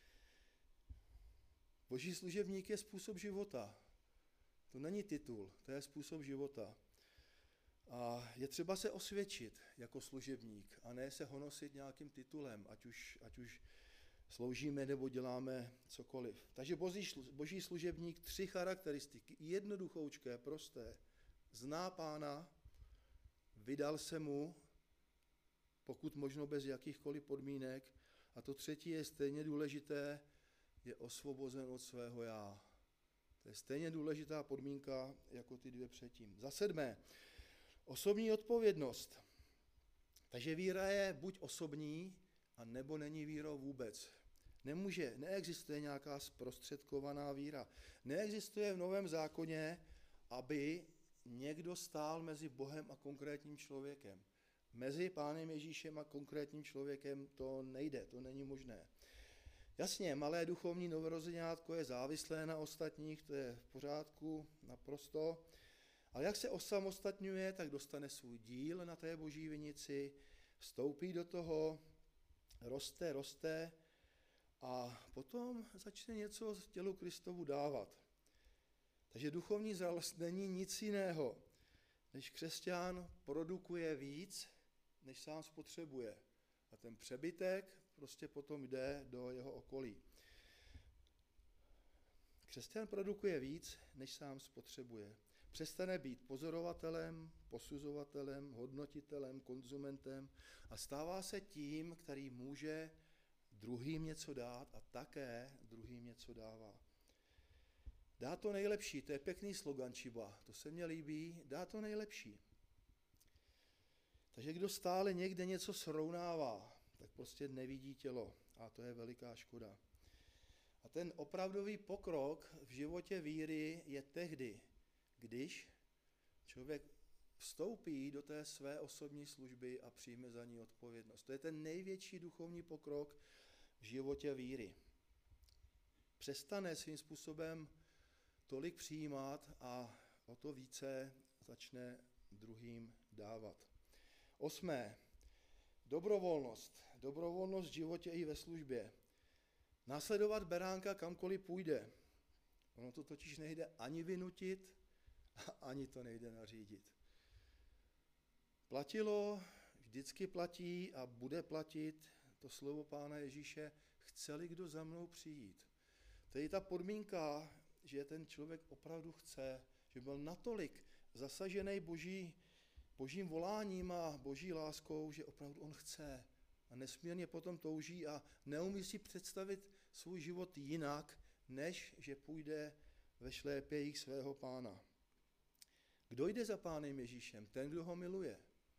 Boží služebník je způsob života. To není titul, to je způsob života. A je třeba se osvědčit jako služebník a ne se honosit nějakým titulem, ať už, ať už sloužíme nebo děláme cokoliv. Takže boží služebník, tři charakteristiky, jednoduchoučké, prosté. Zná Pána, vydal se mu, pokud možno bez jakýchkoliv podmínek. A to třetí je stejně důležité, je osvobozen od svého já. To je stejně důležitá podmínka jako ty dvě předtím. Za sedmé, osobní odpovědnost. Takže víra je buď osobní, a nebo není vírou vůbec. Nemůže, neexistuje nějaká zprostředkovaná víra. Neexistuje v Novém zákoně, aby někdo stál mezi Bohem a konkrétním člověkem. Mezi Pánem Ježíšem a konkrétním člověkem to nejde, to není možné. Jasně, malé duchovní novorozeňátko je závislé na ostatních, to je v pořádku, naprosto. Ale jak se osamostatňuje, tak dostane svůj díl na té boží vinici, vstoupí do toho, roste, roste a potom začne něco z tělu Kristovu dávat. Takže duchovní zralost není nic jiného, než křesťan produkuje víc, než sám spotřebuje. A ten přebytek prostě potom jde do jeho okolí. Křesťan produkuje víc, než sám spotřebuje. Přestane být pozorovatelem, posuzovatelem, hodnotitelem, konzumentem a stává se tím, který může druhým něco dát a také druhým něco dává. Dá to nejlepší, to je pěkný slogan Čiba, to se mně líbí, dá to nejlepší. Takže kdo stále někde něco srovnává, tak prostě nevidí tělo a to je veliká škoda. A ten opravdový pokrok v životě víry je tehdy, když člověk vstoupí do té své osobní služby a přijme za ní odpovědnost. To je ten největší duchovní pokrok v životě víry. Přestane svým způsobem tolik přijímat a o to více začne druhým dávat. Osmé. Dobrovolnost. Dobrovolnost v životě i ve službě. Následovat beránka kamkoliv půjde. Ono to totiž nejde ani vynutit, ani to nejde nařídit. Platilo, vždycky platí a bude platit to slovo Pána Ježíše, chce-li kdo za mnou přijít. To je ta podmínka, že ten člověk opravdu chce, že byl natolik zasažený boží, božím voláním a boží láskou, že opravdu on chce a nesmírně potom touží a neumí si představit svůj život jinak, než že půjde ve šlépějích svého Pána. Kdo jde za Pánem Ježíšem? Ten, kdo ho miluje.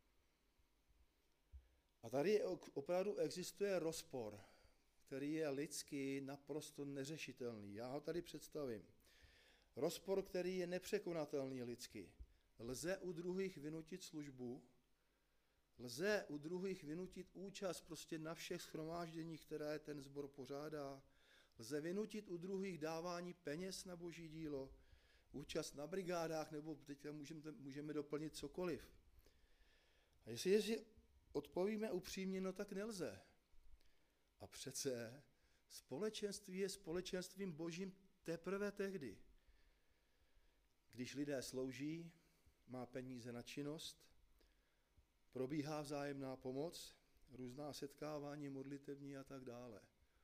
A tady opravdu existuje rozpor, který je lidsky naprosto neřešitelný. Já ho tady představím. Rozpor, který je nepřekonatelný lidsky. Lze u druhých vynutit službu, lze u druhých vynutit účast prostě na všech shromážděních, které ten sbor pořádá. Lze vynutit u druhých dávání peněz na boží dílo, účast na brigádách, nebo teď můžeme, můžeme doplnit cokoliv. A jestli, jestli odpovíme upřímně, no tak nelze. A přece společenství je společenstvím božím teprve tehdy, když lidé slouží, má peníze na činnost, probíhá vzájemná pomoc, různá setkávání modlitevní a tak dále.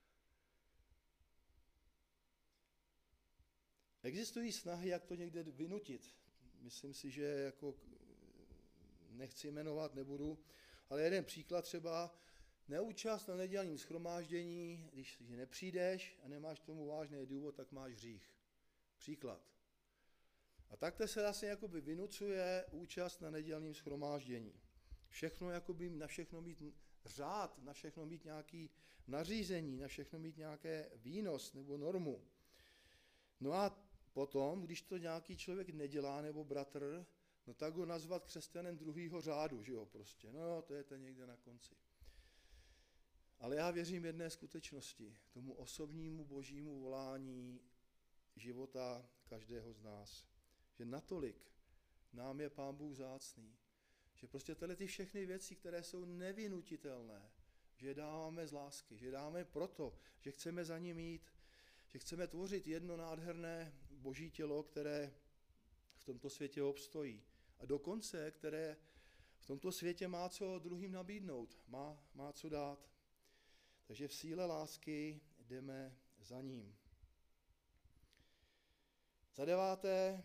Existují snahy, jak to někde vynutit. Myslím si, že jako nechci jmenovat, nebudu, ale jeden příklad třeba, neúčast na nedělním shromáždění, když nepřijdeš a nemáš tomu vážný důvod, tak máš hřích. Příklad. A takhle se vlastně jakoby vynucuje účast na nedělním shromáždění. Všechno jakoby, na všechno mít řád, na všechno mít nějaký nařízení, na všechno mít nějaké výnos nebo normu. No a potom, když to nějaký člověk nedělá nebo bratr, no tak ho nazvat křesťanem druhýho řádu, že jo, prostě. No jo, to je to někde na konci. Ale já věřím jedné skutečnosti, tomu osobnímu božímu volání života každého z nás. Že natolik nám je Pán Bůh vzácný, že prostě tyhle ty všechny věci, které jsou nevynutitelné, že je dáváme z lásky, že je dáváme proto, že chceme za ním jít, že chceme tvořit jedno nádherné boží tělo, které v tomto světě obstojí. A dokonce, které v tomto světě má co druhým nabídnout, má, má co dát. Takže v síle lásky jdeme za ním. Za deváté,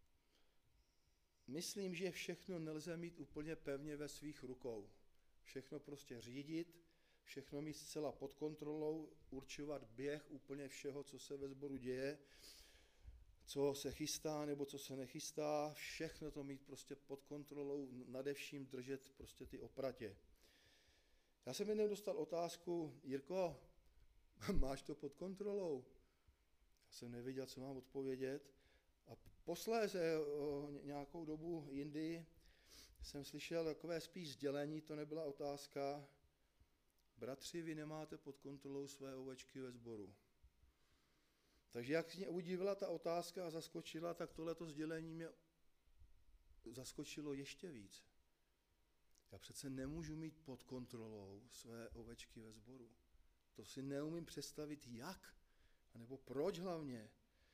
myslím, že všechno nelze mít úplně pevně ve svých rukou. Všechno prostě řídit, všechno mít zcela pod kontrolou, určovat běh úplně všeho, co se ve sboru děje, co se chystá nebo co se nechystá, všechno to mít prostě pod kontrolou, nadevším držet prostě ty opratě. Já jsem jednou dostal otázku, Jirko, máš to pod kontrolou? Já jsem nevěděl, co mám odpovědět. A posléze o nějakou dobu jindy jsem slyšel takové spíš sdělení, to nebyla otázka. Bratři, vy nemáte pod kontrolou své ovečky ve sboru. Takže jak mě udivila ta otázka a zaskočila, tak tohleto sdělení mě zaskočilo ještě víc. Já přece nemůžu mít pod kontrolou své ovečky ve sboru. To si neumím představit jak, anebo proč hlavně.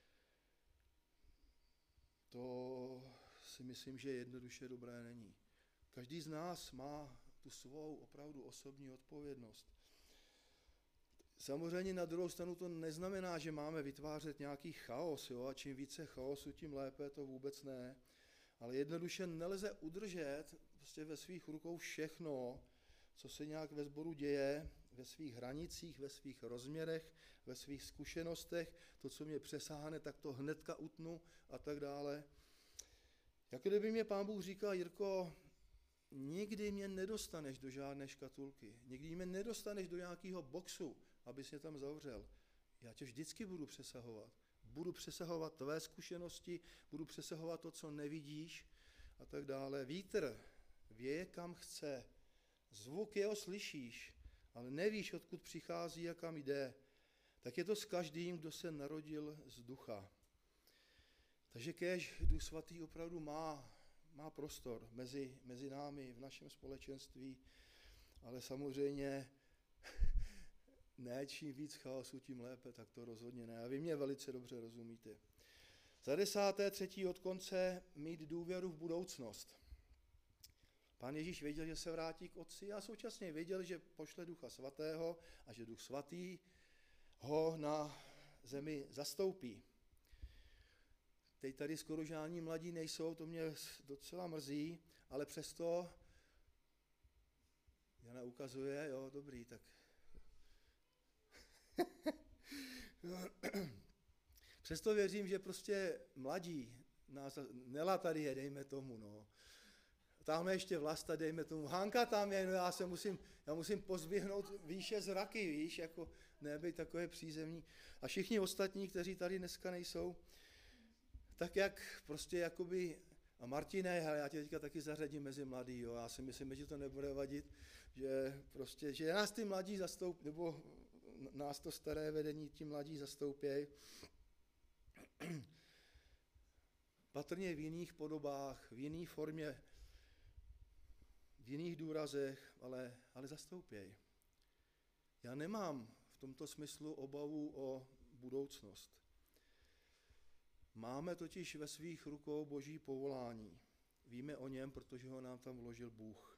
To si myslím, že jednoduše dobré není. Každý z nás má tu svou opravdu osobní odpovědnost. Samozřejmě na druhou stranu to neznamená, že máme vytvářet nějaký chaos, jo? A čím více chaosu, tím lépe, to vůbec ne. Ale jednoduše nelze udržet prostě ve svých rukou všechno, co se nějak ve sboru děje, ve svých hranicích, ve svých rozměrech, ve svých zkušenostech, to, co mě přesáhne, tak to hnedka utnu a tak dále. Jako kdyby mě Pán Bůh říkal, Jirko, nikdy mě nedostaneš do žádné škatulky, nikdy mě nedostaneš do nějakého boxu, abys mě tam zavřel. Já tě vždycky budu přesahovat. Budu přesahovat tvé zkušenosti, budu přesahovat to, co nevidíš a tak dále. Vítr věje, kam chce. Zvuk jeho slyšíš, ale nevíš, odkud přichází a kam jde. Tak je to s každým, kdo se narodil z ducha. Takže kéž Duch Svatý opravdu má, má prostor mezi, mezi námi v našem společenství, ale samozřejmě ne, čím víc chaosu, tím lépe, tak to rozhodně ne. A vy mě velice dobře rozumíte. Za desáté, třetí od konce, mít důvěru v budoucnost. Pán Ježíš věděl, že se vrátí k Otci a současně věděl, že pošle Ducha Svatého a že Duch Svatý ho na zemi zastoupí. Teď tady skoro žádní mladí nejsou, to mě docela mrzí, ale přesto Jana ukazuje, jo, dobrý, tak přesto věřím, že prostě mladí, nás, Nela tady je, dejme tomu, no. Tamhle ještě Vlasta, dejme tomu, Hanka tam je, no já se musím, já musím pozběhnout výše zraky, víš, jako nebejt takové přízemní. A všichni ostatní, kteří tady dneska nejsou, tak jak prostě jakoby, a Martine, já tě teďka taky zařadím mezi mladý, jo, já si myslím, že to nebude vadit, že prostě, že nás ty mladí zastoupí, nebo nás to staré vedení ti mladí zastoupějí. Patrně v jiných podobách, v jiné formě, v jiných důrazech, ale, ale zastoupěj. Já nemám v tomto smyslu obavu o budoucnost. Máme totiž ve svých rukou boží povolání. Víme o něm, protože ho nám tam vložil Bůh.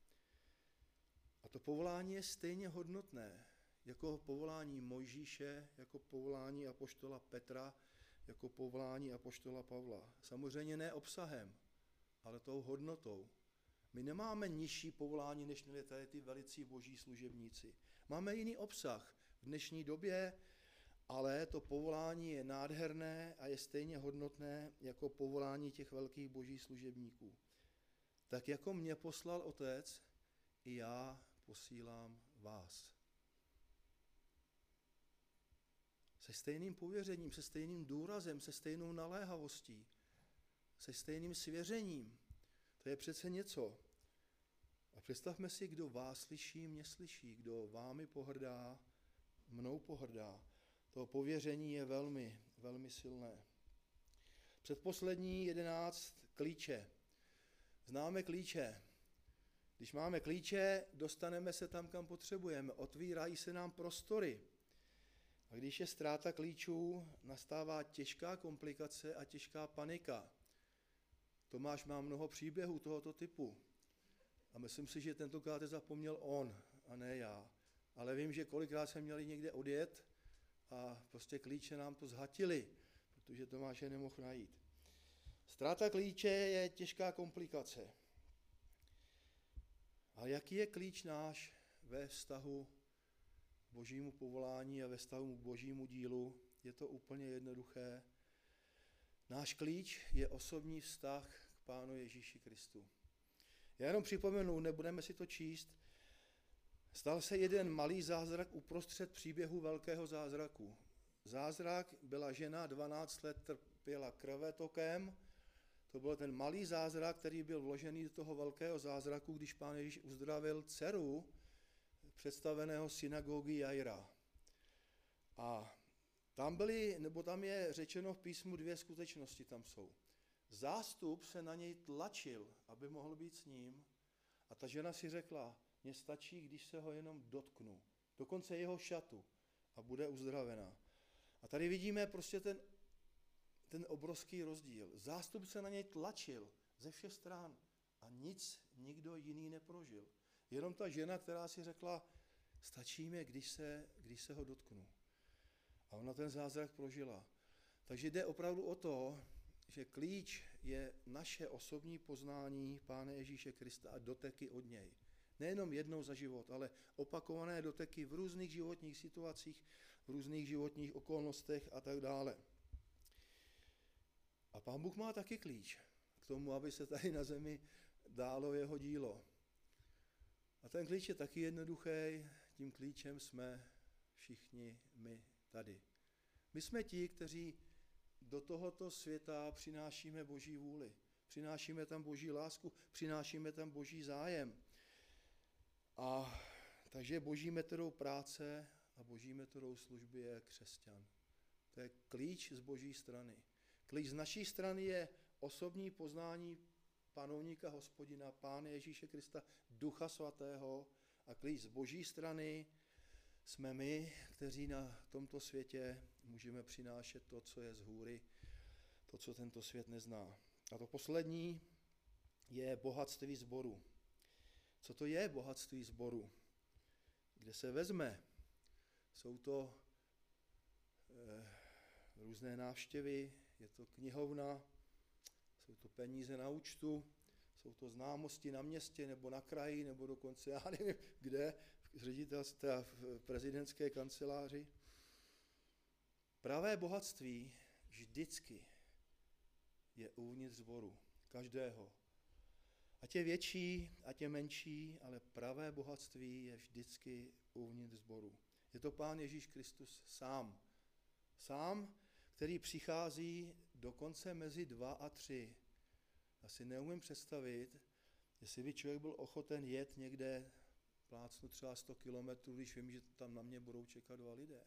A to povolání je stejně hodnotné, jako povolání Mojžíše, jako povolání apoštola Petra, jako povolání apoštola Pavla. Samozřejmě ne obsahem, ale tou hodnotou. My nemáme nižší povolání, než měli tady ty velicí boží služebníci. Máme jiný obsah v dnešní době ale to povolání je nádherné a je stejně hodnotné jako povolání těch velkých božích služebníků. Tak jako mě poslal Otec, i já posílám vás. Se stejným pověřením, se stejným důrazem, se stejnou naléhavostí, se stejným svěřením. To je přece něco. A představme si, kdo vás slyší, mě slyší, kdo vámi pohrdá, mnou pohrdá. To pověření je velmi, velmi silné. Předposlední jedenáct, klíče. Známe klíče. Když máme klíče, dostaneme se tam, kam potřebujeme. Otvírají se nám prostory. A když je ztráta klíčů, nastává těžká komplikace a těžká panika. Tomáš má mnoho příběhů tohoto typu. A myslím si, že tentokrát je zapomněl on, a ne já. Ale vím, že kolikrát jsme měli někde odjet a prostě klíče nám to zhatili, protože Tomáš je nemohl najít. Ztráta klíče je těžká komplikace. A jaký je klíč náš ve vztahu k božímu povolání a ve vztahu k božímu dílu? Je to úplně jednoduché. Náš klíč je osobní vztah k Pánu Ježíši Kristu. Já jenom připomenu, nebudeme si to číst, stal se jeden malý zázrak uprostřed příběhu velkého zázraku. Zázrak byla žena, dvanáct let trpěla krvetokem. To byl ten malý zázrak, který byl vložený do toho velkého zázraku, když Pán Ježíš uzdravil dceru představeného synagogy Jaira. A tam byly, nebo tam je řečeno v písmu dvě skutečnosti tam jsou. Zástup se na něj tlačil, aby mohl být s ním. A ta žena si řekla, mně stačí, když se ho jenom dotknu. Dokonce jeho šatu a bude uzdravená. A tady vidíme prostě ten, ten obrovský rozdíl. Zástup se na něj tlačil ze všech stran a nic nikdo jiný neprožil. Jenom ta žena, která si řekla, stačí mi, když se, když se ho dotknu. A ona ten zázrak prožila. Takže jde opravdu o to, že klíč je naše osobní poznání Pána Ježíše Krista a doteky od něj. Nejenom jednou za život, ale opakované doteky v různých životních situacích, v různých životních okolnostech a tak dále. A Pán Bůh má taky klíč k tomu, aby se tady na zemi dálo jeho dílo. A ten klíč je taky jednoduchý, tím klíčem jsme všichni my tady. My jsme ti, kteří do tohoto světa přinášíme Boží vůli, přinášíme tam Boží lásku, přinášíme tam Boží zájem. A takže Boží metodou práce a Boží metodou služby je křesťan. To je klíč z Boží strany. Klíč z naší strany je osobní poznání panovníka Hospodina, Pána Ježíše Krista, Ducha Svatého, a klíč z Boží strany jsme my, kteří na tomto světě můžeme přinášet to, co je z hůry, to, co tento svět nezná. A to poslední je bohatství sboru. Co to je bohatství sboru? Kde se vezme? Jsou to eh, různé návštěvy, je to knihovna, jsou to peníze na účtu, jsou to známosti na městě nebo na kraji, nebo dokonce, já nevím, kde, v ředitelství, v prezidentské kanceláři. Pravé bohatství vždycky je uvnitř sboru, každého. Ať je větší, ať je menší, ale pravé bohatství je vždycky uvnitř sboru. Je to Pán Ježíš Kristus sám. Sám, který přichází dokonce mezi dva a tři. Já si neumím představit, jestli by člověk byl ochoten jet někde, plácnu třeba sto kilometrů, když vím, že tam na mě budou čekat dva lidé.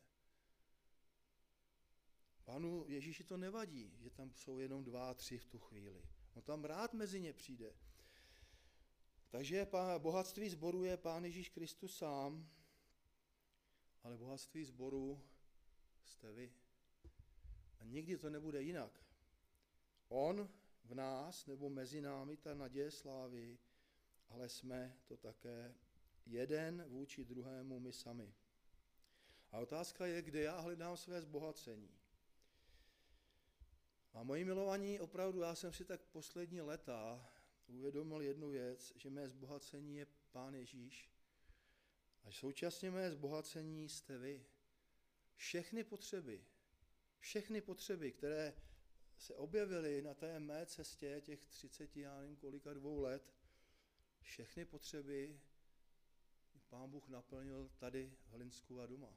Pánu Ježíši to nevadí, že tam jsou jenom dva a tři v tu chvíli. On tam rád mezi ně přijde. Takže bohatství sboru je Pán Ježíš Kristus sám, ale bohatství sboru jste vy. A nikdy to nebude jinak. On v nás nebo mezi námi ta naděje slávy, ale jsme to také jeden vůči druhému my sami. A otázka je, kde já hledám své zbohacení. A moji milovaní, opravdu já jsem si tak poslední léta uvědomil jednu věc, že mé zbohacení je Pán Ježíš a současně mé zbohacení jste vy. všechny potřeby, všechny potřeby, které se objevily na té mé cestě těch třiceti, já nevím kolika dvou let, všechny potřeby Pán Bůh naplnil tady v Hlinsku a doma.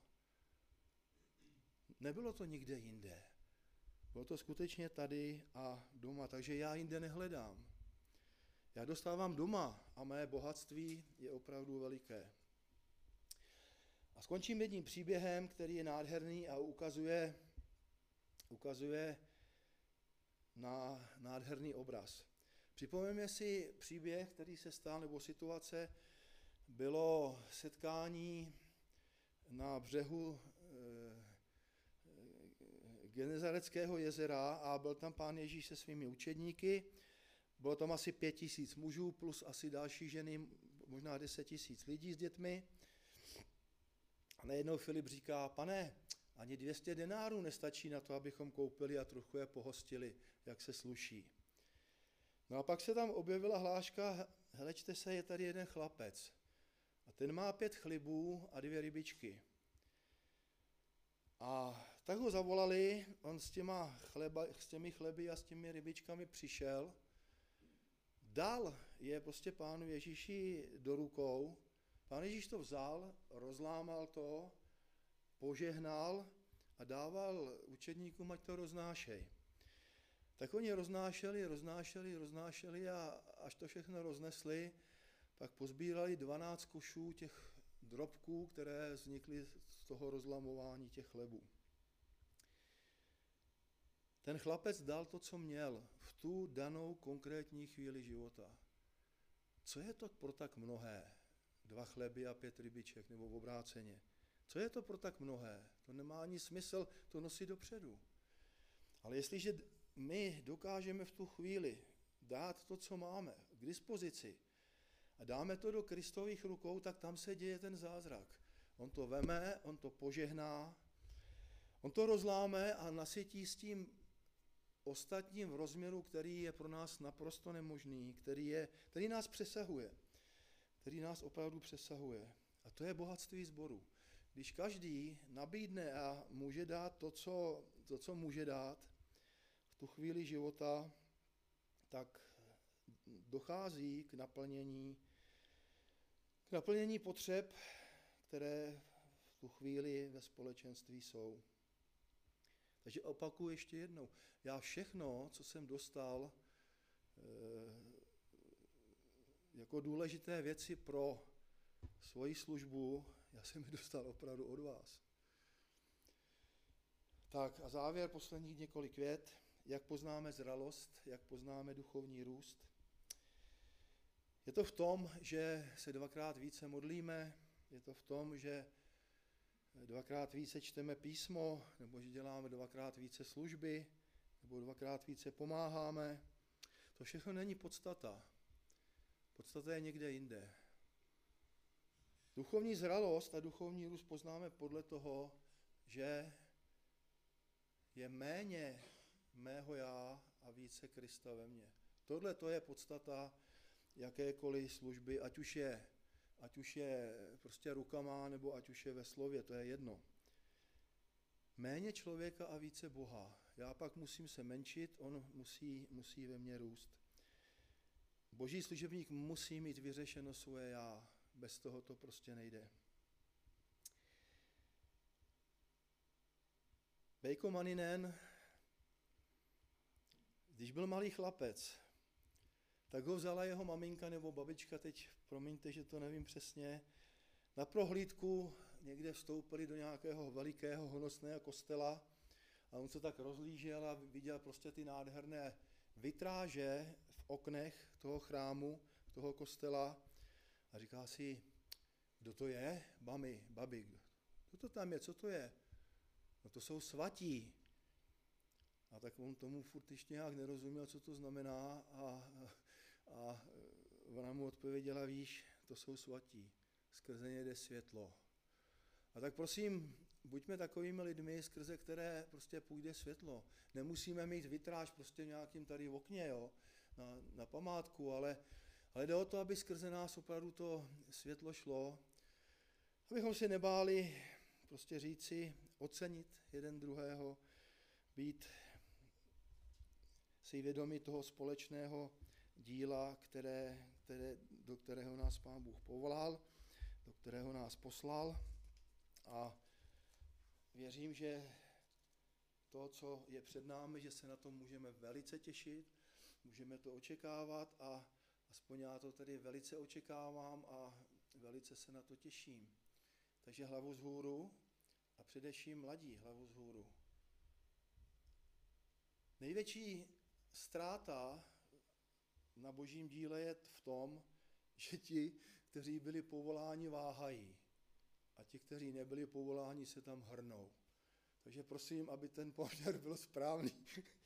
Nebylo to nikde jinde. Bylo to skutečně tady a doma, takže já jinde nehledám. Já dostávám doma a mé bohatství je opravdu veliké. A skončím jedním příběhem, který je nádherný a ukazuje, ukazuje na nádherný obraz. Připomeňme si příběh, který se stal, nebo situace, bylo setkání na břehu Genezareckého jezera a byl tam Pán Ježíš se svými učedníky. Bylo tam asi pět tisíc mužů plus asi další ženy, možná deset tisíc lidí s dětmi. A najednou Filip říká, pane, ani dvě stě denárů nestačí na to, abychom koupili a trochu je pohostili, jak se sluší. No a pak se tam objevila hláška, helečte se, je tady jeden chlapec. A ten má pět chlibů a dvě rybičky. A tak ho zavolali, on s, těma chleba, s těmi chleby a s těmi rybičkami přišel, dal je prostě Pánu Ježíši do rukou, Pán Ježíš to vzal, rozlámal to, požehnal a dával učedníkům, ať to roznášej. Tak oni roznášeli, roznášeli, roznášeli a až to všechno roznesli, pak pozbírali dvanáct košů těch drobků, které vznikly z toho rozlamování těch chlebů. Ten chlapec dal to, co měl v tu danou konkrétní chvíli života. Co je to pro tak mnohé? Dva chleby a pět rybiček, nebo v obráceně. Co je to pro tak mnohé? To nemá ani smysl to nosit dopředu. Ale jestliže my dokážeme v tu chvíli dát to, co máme k dispozici a dáme to do Kristových rukou, tak tam se děje ten zázrak. On to veme, on to požehná, on to rozláme a nasytí s tím ostatním v rozměru, který je pro nás naprosto nemožný, který, je, který nás přesahuje, který nás opravdu přesahuje. A to je bohatství sboru. Když každý nabídne a může dát to, co, to, co může dát v tu chvíli života, tak dochází k naplnění, k naplnění potřeb, které v tu chvíli ve společenství jsou. Takže opakuju ještě jednou. Já všechno, co jsem dostal jako důležité věci pro svoji službu, já jsem ji dostal opravdu od vás. Tak a závěr, posledních několik vět. Jak poznáme zralost, jak poznáme duchovní růst? Je to v tom, že se dvakrát více modlíme, je to v tom, že dvakrát více čteme písmo, nebo že děláme dvakrát více služby, nebo dvakrát více pomáháme. To všechno není podstata. Podstata je někde jinde. Duchovní zralost a duchovní růst poznáme podle toho, že je méně mého já a více Krista ve mně. Tohle to je podstata jakékoliv služby, ať už je, ať už je prostě rukama, nebo ať už je ve slově, to je jedno. Méně člověka a více Boha. Já pak musím se menšit, on musí, musí ve mně růst. Boží služebník musí mít vyřešeno svoje já. Bez toho to prostě nejde. Bejko Maninen, když byl malý chlapec, tak ho vzala jeho maminka nebo babička, teď promiňte, že to nevím přesně, na prohlídku někde vstoupili do nějakého velikého honosného kostela a on se tak rozlížel a viděl prostě ty nádherné vitráže v oknech toho chrámu, toho kostela a říká si, kdo to je? Mami, babi, kdo to tam je, co to je? No to jsou svatí. A tak on tomu furt ještě nějak nerozuměl, co to znamená a, a ona mu odpověděla, víš, to jsou svatí, skrze ně jde světlo. A tak prosím, buďme takovými lidmi, skrze které prostě půjde světlo. Nemusíme mít vitráž prostě v nějakým tady v okně, jo, na, na památku, ale, ale jde o to, aby skrze nás opravdu to světlo šlo, abychom se nebáli prostě říci, ocenit jeden druhého, být si vědomi toho společného díla, které, které, do kterého nás Pán Bůh povolal, do kterého nás poslal. A věřím, že to, co je před námi, že se na to můžeme velice těšit, můžeme to očekávat a aspoň já to tedy velice očekávám a velice se na to těším. Takže hlavu vzhůru a především mladí hlavu vzhůru. Největší ztráta na božím díle je v tom, že ti, kteří byli povoláni, váhají a ti, kteří nebyli povoláni, se tam hrnou. Takže prosím, aby ten poměr byl správný,